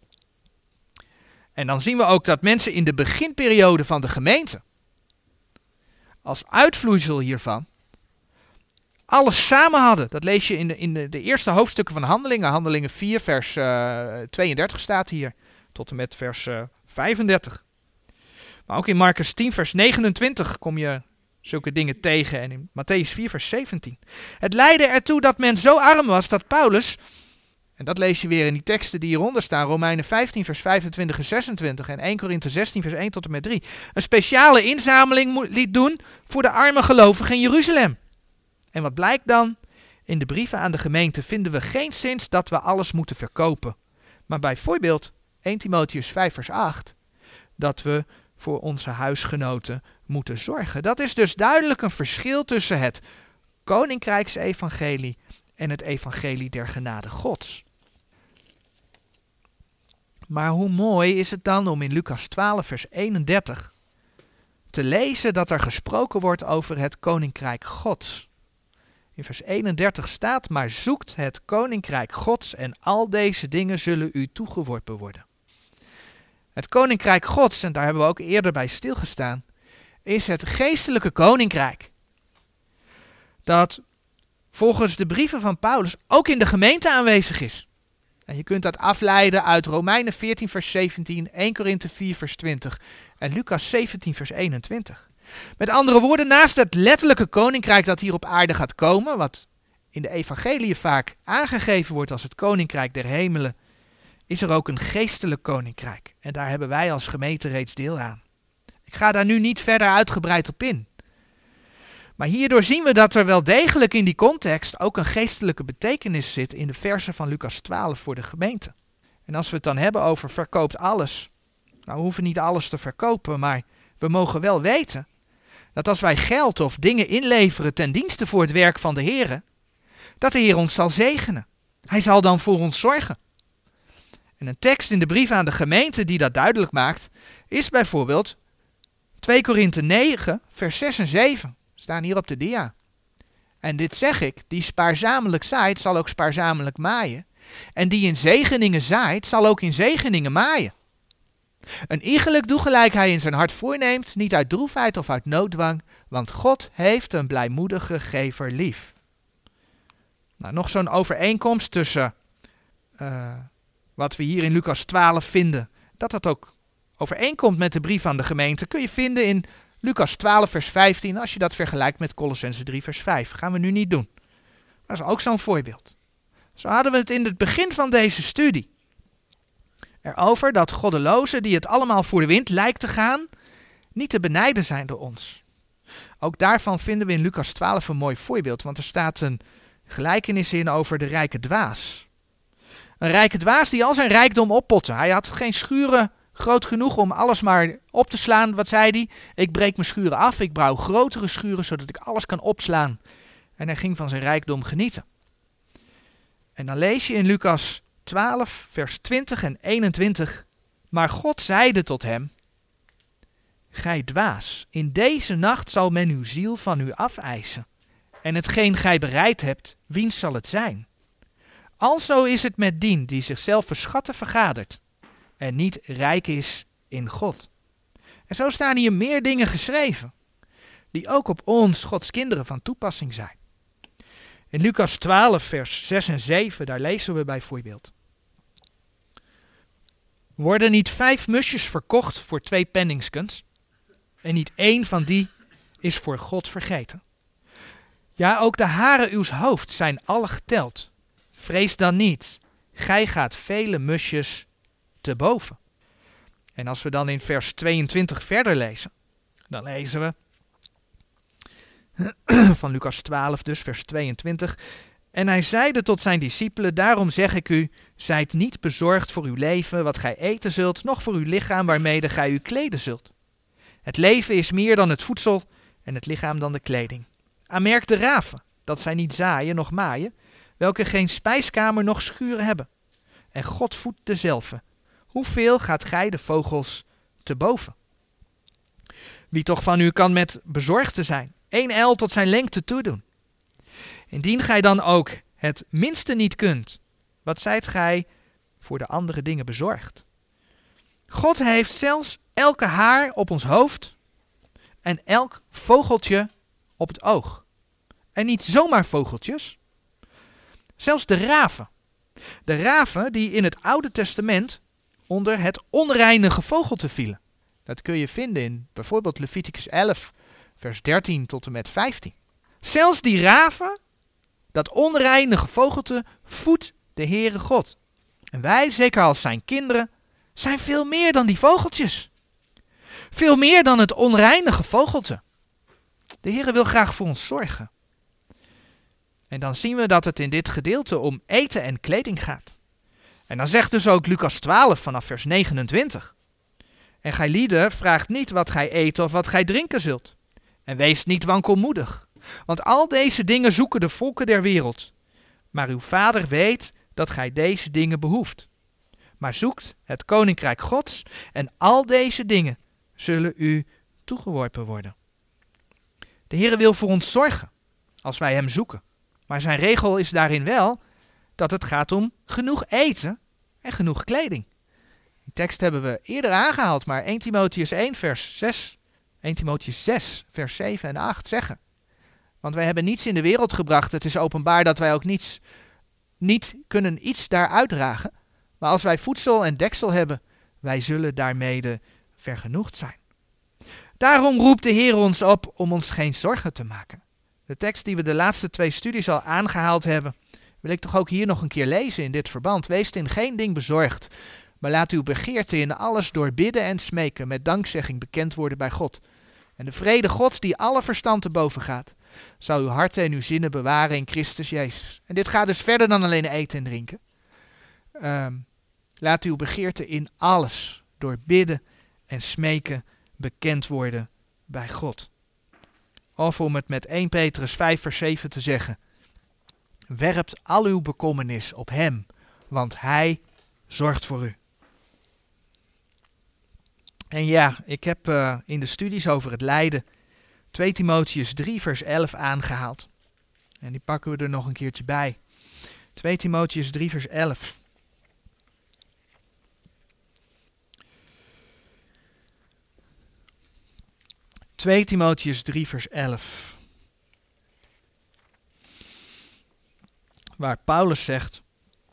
En dan zien we ook dat mensen in de beginperiode van de gemeente, als uitvloeisel hiervan, alles samen hadden. Dat lees je in de eerste hoofdstukken van Handelingen. Handelingen 4 vers 32 staat hier, tot en met vers 35. Maar ook in Marcus 10 vers 29 kom je zulke dingen tegen en in Matthäus 4 vers 17. Het leidde ertoe dat men zo arm was dat Paulus, en dat lees je weer in die teksten die hieronder staan, Romeinen 15 vers 25 en 26 en 1 Korinthe 16 vers 1 tot en met 3, een speciale inzameling liet doen voor de arme gelovigen in Jeruzalem. En wat blijkt dan? In de brieven aan de gemeente vinden we geen zins dat we alles moeten verkopen. Maar bijvoorbeeld 1 Timotheüs 5 vers 8, dat we voor onze huisgenoten moeten zorgen. Dat is dus duidelijk een verschil tussen het koninkrijksevangelie en het evangelie der genade Gods. Maar hoe mooi is het dan om in Lucas 12 vers 31 te lezen dat er gesproken wordt over het koninkrijk Gods. In vers 31 staat: maar zoekt het koninkrijk Gods en al deze dingen zullen u toegeworpen worden. Het koninkrijk Gods, en daar hebben we ook eerder bij stilgestaan, is het geestelijke koninkrijk. Dat volgens de brieven van Paulus ook in de gemeente aanwezig is. En je kunt dat afleiden uit Romeinen 14 vers 17, 1 Korinthe 4 vers 20 en Lucas 17 vers 21. Met andere woorden, naast het letterlijke koninkrijk dat hier op aarde gaat komen, wat in de evangeliën vaak aangegeven wordt als het koninkrijk der hemelen, is er ook een geestelijk koninkrijk. En daar hebben wij als gemeente reeds deel aan. Ik ga daar nu niet verder uitgebreid op in. Maar hierdoor zien we dat er wel degelijk in die context ook een geestelijke betekenis zit in de versen van Lucas 12 voor de gemeente. En als we het dan hebben over verkoopt alles. Nou, we hoeven niet alles te verkopen, maar we mogen wel weten dat als wij geld of dingen inleveren ten dienste voor het werk van de Heer, dat de Heer ons zal zegenen. Hij zal dan voor ons zorgen. En een tekst in de brief aan de gemeente die dat duidelijk maakt, is bijvoorbeeld 2 Korinthe 9, vers 6 en 7. Staan hier op de dia. En dit zeg ik, die spaarzamelijk zaait, zal ook spaarzamelijk maaien. En die in zegeningen zaait, zal ook in zegeningen maaien. Een iegelijk doe gelijk hij in zijn hart voorneemt, niet uit droefheid of uit nooddwang, want God heeft een blijmoedige gever lief. Nou, nog zo'n overeenkomst tussen wat we hier in Lucas 12 vinden, dat ook overeenkomt met de brief aan de gemeente, kun je vinden in Lucas 12 vers 15, als je dat vergelijkt met Colossenzen 3 vers 5. Gaan we nu niet doen. Dat is ook zo'n voorbeeld. Zo hadden we het in het begin van deze studie erover dat goddelozen die het allemaal voor de wind lijkt te gaan, niet te benijden zijn door ons. Ook daarvan vinden we in Lucas 12 een mooi voorbeeld, want er staat een gelijkenis in over de rijke dwaas. Een rijke dwaas die al zijn rijkdom oppotte. Hij had geen schuren groot genoeg om alles maar op te slaan. Wat zei hij? Ik breek mijn schuren af, ik bouw grotere schuren zodat ik alles kan opslaan. En hij ging van zijn rijkdom genieten. En dan lees je in Lucas 12 vers 20 en 21. Maar God zeide tot hem: Gij dwaas, in deze nacht zal men uw ziel van u afeisen. En hetgeen gij bereid hebt, wiens zal het zijn? Alzo is het met dien die zichzelf verschatten vergadert en niet rijk is in God. En zo staan hier meer dingen geschreven, die ook op ons, Gods kinderen, van toepassing zijn. In Lucas 12, vers 6 en 7, daar lezen we bijvoorbeeld: Worden niet 5 musjes verkocht voor 2 penningskens? En niet 1 van die is voor God vergeten. Ja, ook de haren uws hoofds zijn alle geteld. Vrees dan niet, gij gaat vele musjes te boven. En als we dan in vers 22 verder lezen, dan lezen we van Lucas 12 dus, vers 22. En hij zeide tot zijn discipelen: Daarom zeg ik u, zijt niet bezorgd voor uw leven, wat gij eten zult, noch voor uw lichaam, waarmede gij u kleden zult. Het leven is meer dan het voedsel en het lichaam dan de kleding. Aanmerk de raven, dat zij niet zaaien, noch maaien, welke geen spijskamer noch schuren hebben. En God voedt dezelve. Hoeveel gaat gij de vogels te boven? Wie toch van u kan met bezorgd te zijn 1 el tot zijn lengte toedoen? Indien gij dan ook het minste niet kunt, wat zijt gij voor de andere dingen bezorgd? God heeft zelfs elke haar op ons hoofd en elk vogeltje op het oog. En niet zomaar vogeltjes, zelfs de raven. De raven die in het Oude Testament onder het onreine gevogelte vielen. Dat kun je vinden in bijvoorbeeld Leviticus 11, vers 13 tot en met 15. Zelfs die raven, dat onreine gevogelte, voedt de Heere God. En wij, zeker als zijn kinderen, zijn veel meer dan die vogeltjes. Veel meer dan het onreine gevogelte. De Heere wil graag voor ons zorgen. En dan zien we dat het in dit gedeelte om eten en kleding gaat. En dan zegt dus ook Lucas 12 vanaf vers 29. En gij lieden, vraagt niet wat gij eten of wat gij drinken zult. En wees niet wankelmoedig. Want al deze dingen zoeken de volken der wereld. Maar uw Vader weet dat gij deze dingen behoeft. Maar zoekt het koninkrijk Gods en al deze dingen zullen u toegeworpen worden. De Heere wil voor ons zorgen als wij hem zoeken. Maar zijn regel is daarin wel dat het gaat om genoeg eten en genoeg kleding. Die tekst hebben we eerder aangehaald, maar 1 Timotheüs 1 vers 6, 1 Timotheüs 6 vers 7 en 8 zeggen. Want wij hebben niets in de wereld gebracht. Het is openbaar dat wij ook niet kunnen iets daar uitdragen. Maar als wij voedsel en deksel hebben, wij zullen daarmede vergenoegd zijn. Daarom roept de Heer ons op om ons geen zorgen te maken. De tekst die we de laatste 2 studies al aangehaald hebben, wil ik toch ook hier nog een keer lezen in dit verband. Wees in geen ding bezorgd, maar laat uw begeerte in alles door bidden en smeken met dankzegging bekend worden bij God. En de vrede Gods die alle verstand te boven gaat, zal uw harten en uw zinnen bewaren in Christus Jezus. En dit gaat dus verder dan alleen eten en drinken. Laat uw begeerte in alles door bidden en smeken bekend worden bij God. Of om het met 1 Petrus 5 vers 7 te zeggen. Werpt al uw bekommernis op hem, want hij zorgt voor u. En ja, ik heb in de studies over het lijden 2 Timotheüs 3 vers 11 aangehaald. En die pakken we er nog een keertje bij. 2 Timotheüs 3 vers 11. ...2 Timotheüs 3 vers 11... waar Paulus zegt...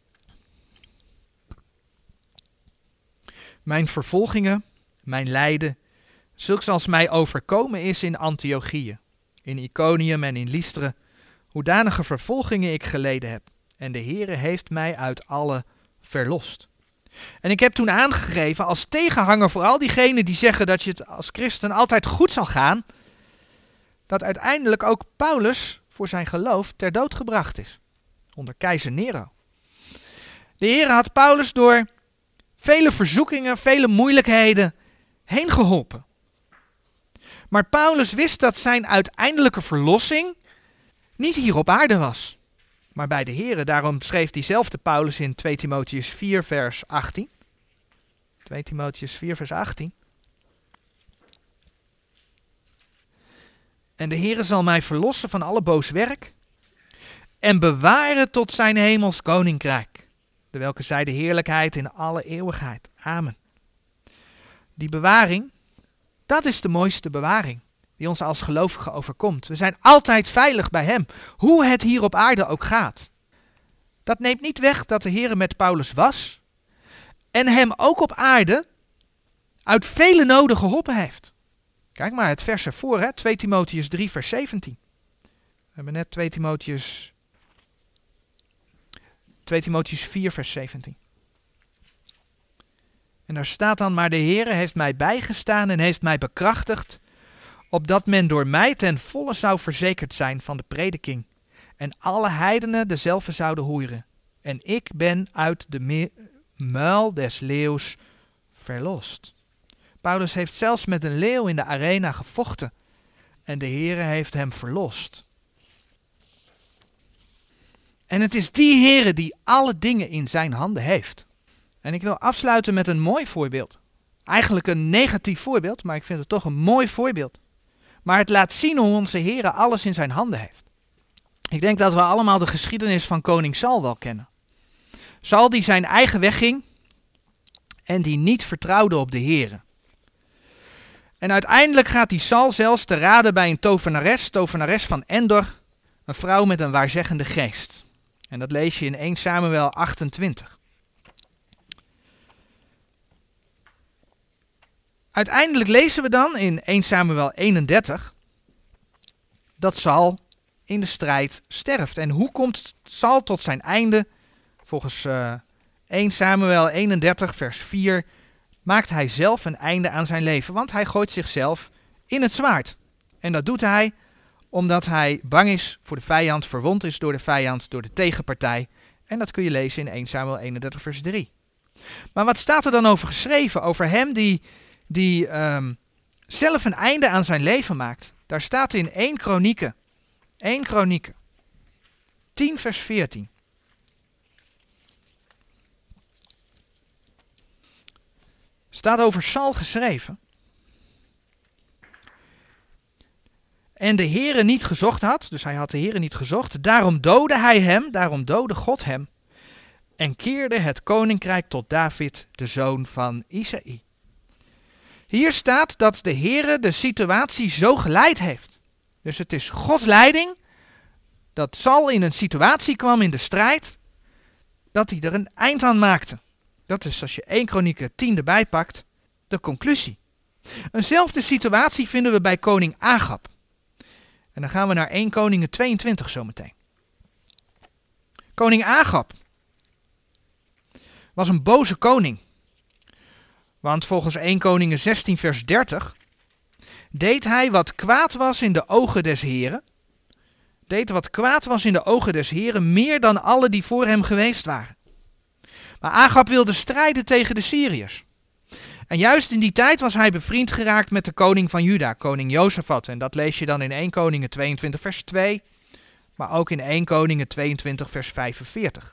Mijn vervolgingen, mijn lijden... zulks als mij overkomen is in Antiochië... in Iconium en in Lystra... hoedanige vervolgingen ik geleden heb... en de Heere heeft mij uit alle verlost. En ik heb toen aangegeven als tegenhanger voor al diegenen die zeggen dat je het als christen altijd goed zal gaan, dat uiteindelijk ook Paulus voor zijn geloof ter dood gebracht is, onder keizer Nero. De Heer had Paulus door vele verzoekingen, vele moeilijkheden heen geholpen. Maar Paulus wist dat zijn uiteindelijke verlossing niet hier op aarde was, maar bij de Heere. Daarom schreef diezelfde Paulus in 2 Timotheüs 4 vers 18. 2 Timotheüs 4 vers 18. En de Heere zal mij verlossen van alle boos werk en bewaren tot zijn hemels koninkrijk, de welke zij de heerlijkheid in alle eeuwigheid. Amen. Die bewaring, dat is de mooiste bewaring die ons als gelovigen overkomt. We zijn altijd veilig bij hem, hoe het hier op aarde ook gaat. Dat neemt niet weg dat de Heere met Paulus was en hem ook op aarde uit vele noden geholpen heeft. Kijk maar het vers ervoor, hè? 2 Timotheüs 3 vers 17. We hebben net 2 Timotheüs 4 vers 17. En daar staat dan, maar de Heere heeft mij bijgestaan en heeft mij bekrachtigd, opdat men door mij ten volle zou verzekerd zijn van de prediking, en alle heidenen dezelfde zouden horen. En ik ben uit de muil des leeuws verlost. Paulus heeft zelfs met een leeuw in de arena gevochten, en de Heere heeft hem verlost. En het is die Heere die alle dingen in zijn handen heeft. En ik wil afsluiten met een mooi voorbeeld. Eigenlijk een negatief voorbeeld, maar ik vind het toch een mooi voorbeeld. Maar het laat zien hoe onze Heere alles in zijn handen heeft. Ik denk dat we allemaal de geschiedenis van koning Saul wel kennen. Saul die zijn eigen weg ging en die niet vertrouwde op de Heere. En uiteindelijk gaat die Saul zelfs te raden bij een tovenares van Endor, een vrouw met een waarzeggende geest. En dat lees je in 1 Samuel 28. Uiteindelijk lezen we dan in 1 Samuel 31 dat Saul in de strijd sterft. En hoe komt Saul tot zijn einde? Volgens 1 Samuel 31 vers 4 maakt hij zelf een einde aan zijn leven, want hij gooit zichzelf in het zwaard. En dat doet hij omdat hij bang is voor de vijand, verwond is door de vijand, door de tegenpartij. En dat kun je lezen in 1 Samuel 31 vers 3. Maar wat staat er dan over geschreven? Over hem die zelf een einde aan zijn leven maakt. Daar staat in 1 Kronieken 10 vers 14. Staat over Saul geschreven. En de Heere niet gezocht had, dus hij had de Heere niet gezocht, daarom doodde hij hem, daarom doodde God hem. en keerde het koninkrijk tot David, de zoon van Isaï. Hier staat dat de Heere de situatie zo geleid heeft. Dus het is Gods leiding dat Saul in een situatie kwam in de strijd, dat hij er een eind aan maakte. Dat is, als je 1 Kronieken 10 erbij pakt, de conclusie. Eenzelfde situatie vinden we bij koning Agab. En dan gaan we naar 1 Koningen 22 zometeen. Koning Agab was een boze koning. Want volgens 1 Koningen 16 vers 30 deed hij wat kwaad was in de ogen des Heren. Deed wat kwaad was in de ogen des Heren meer dan alle die voor hem geweest waren. Maar Agab wilde strijden tegen de Syriërs. En juist in die tijd was hij bevriend geraakt met de koning van Juda, koning Jozefat. En dat lees je dan in 1 Koningen 22 vers 2, maar ook in 1 Koningen 22 vers 45.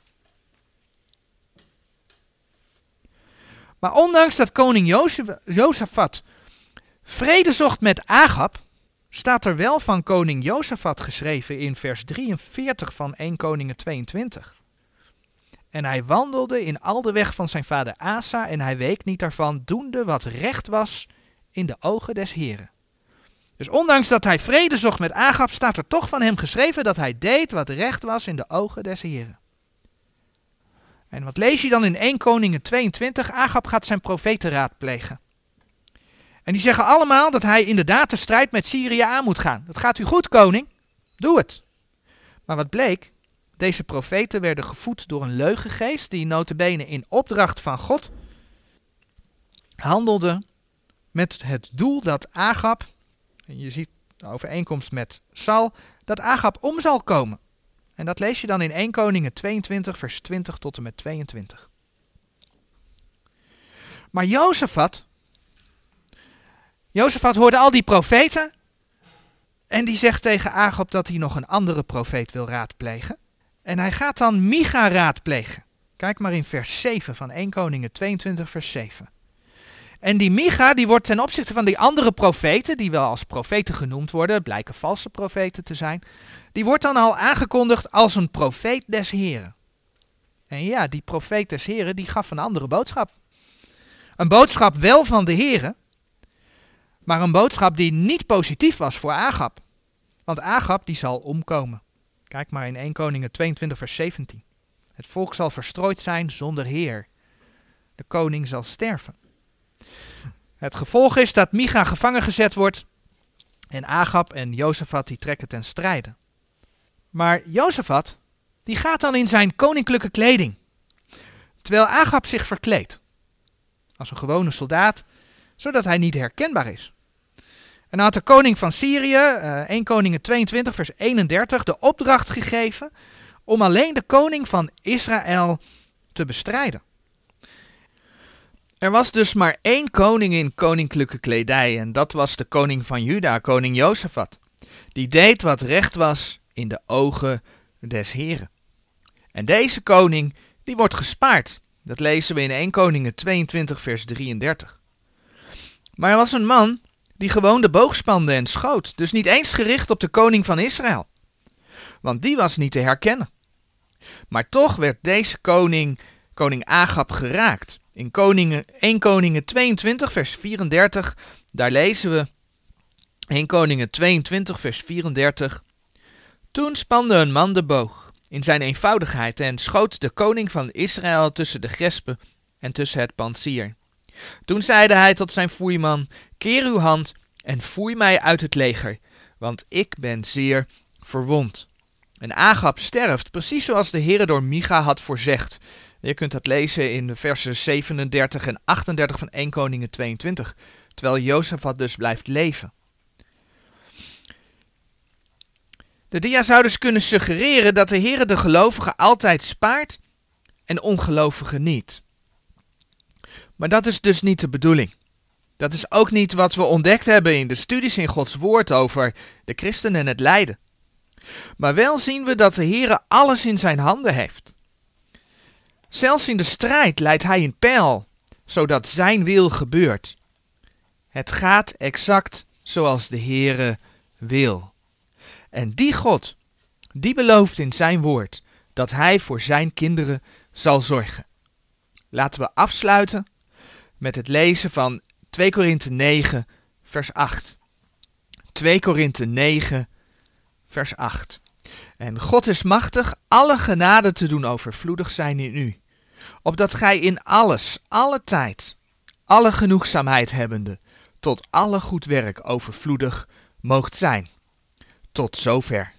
Maar ondanks dat koning Jozefat vrede zocht met Agab, staat er wel van koning Jozefat geschreven in vers 43 van 1 Koningen 22. En hij wandelde in al de weg van zijn vader Asa en hij week niet daarvan, doende wat recht was in de ogen des Heren. Dus ondanks dat hij vrede zocht met Agab, staat er toch van hem geschreven dat hij deed wat recht was in de ogen des Heren. En wat lees je dan in 1 Koningen 22? Agab gaat zijn profeten raadplegen. En die zeggen allemaal dat hij inderdaad de strijd met Syrië aan moet gaan. Dat gaat u goed, koning. Doe het. Maar wat bleek? Deze profeten werden gevoed door een leugengeest die nota bene in opdracht van God handelde met het doel dat Agab, en je ziet de overeenkomst met Saul, dat Agab om zal komen. En dat lees je dan in 1 Koningen 22 vers 20 tot en met 22. Maar Jozefat hoorde al die profeten en die zegt tegen Agab dat hij nog een andere profeet wil raadplegen. En hij gaat dan Micha raadplegen. Kijk maar in vers 7 van 1 Koningen 22 vers 7. En die Micha die wordt ten opzichte van die andere profeten, die wel als profeten genoemd worden, blijken valse profeten te zijn, die wordt dan al aangekondigd als een profeet des Heren. En ja, die profeet des Heren die gaf een andere boodschap. Een boodschap wel van de Heren, maar een boodschap die niet positief was voor Agab. Want Agab die zal omkomen. Kijk maar in 1 Koningen 22 vers 17. Het volk zal verstrooid zijn zonder Heer. De koning zal sterven. Het gevolg is dat Micha gevangen gezet wordt en Agab en Jozefat die trekken ten strijde. Maar Jozefat die gaat dan in zijn koninklijke kleding, terwijl Agab zich verkleedt als een gewone soldaat, zodat hij niet herkenbaar is. En had de koning van Syrië, 1 Koningen 22 vers 31, de opdracht gegeven om alleen de koning van Israël te bestrijden. Er was dus maar 1 koning in koninklijke kledij en dat was de koning van Juda, koning Jozefat. Die deed wat recht was in de ogen des Heren. En deze koning, die wordt gespaard. Dat lezen we in 1 Koningen 22 vers 33. Maar er was een man die gewoon de boog spande en schoot, dus niet eens gericht op de koning van Israël. Want die was niet te herkennen. Maar toch werd deze koning Agab geraakt. In 1 Koningen 22 vers 34, daar lezen we 1 Koningen 22 vers 34. Toen spande een man de boog in zijn eenvoudigheid en schoot de koning van Israël tussen de gespen en tussen het pantsier. Toen zeide hij tot zijn foeiman, keer uw hand en foei mij uit het leger, want ik ben zeer verwond. En Agab sterft, precies zoals de Heere door Micha had voorzegd. Je kunt dat lezen in de versen 37 en 38 van 1 Koningen 22, terwijl Jozefat dus blijft leven. De dia zou dus kunnen suggereren dat de Heere de gelovigen altijd spaart en ongelovigen niet. Maar dat is dus niet de bedoeling. Dat is ook niet wat we ontdekt hebben in de studies in Gods woord over de christenen en het lijden. Maar wel zien we dat de Heere alles in zijn handen heeft. Zelfs in de strijd leidt hij een pijl, zodat zijn wil gebeurt. Het gaat exact zoals de Heere wil. En die God, die belooft in zijn woord dat hij voor zijn kinderen zal zorgen. Laten we afsluiten met het lezen van 2 Korinthe 9, vers 8. 2 Korinthe 9, vers 8. En God is machtig alle genade te doen overvloedig zijn in u, opdat gij in alles, alle tijd, alle genoegzaamheid hebbende, tot alle goed werk overvloedig moogt zijn. Tot zover.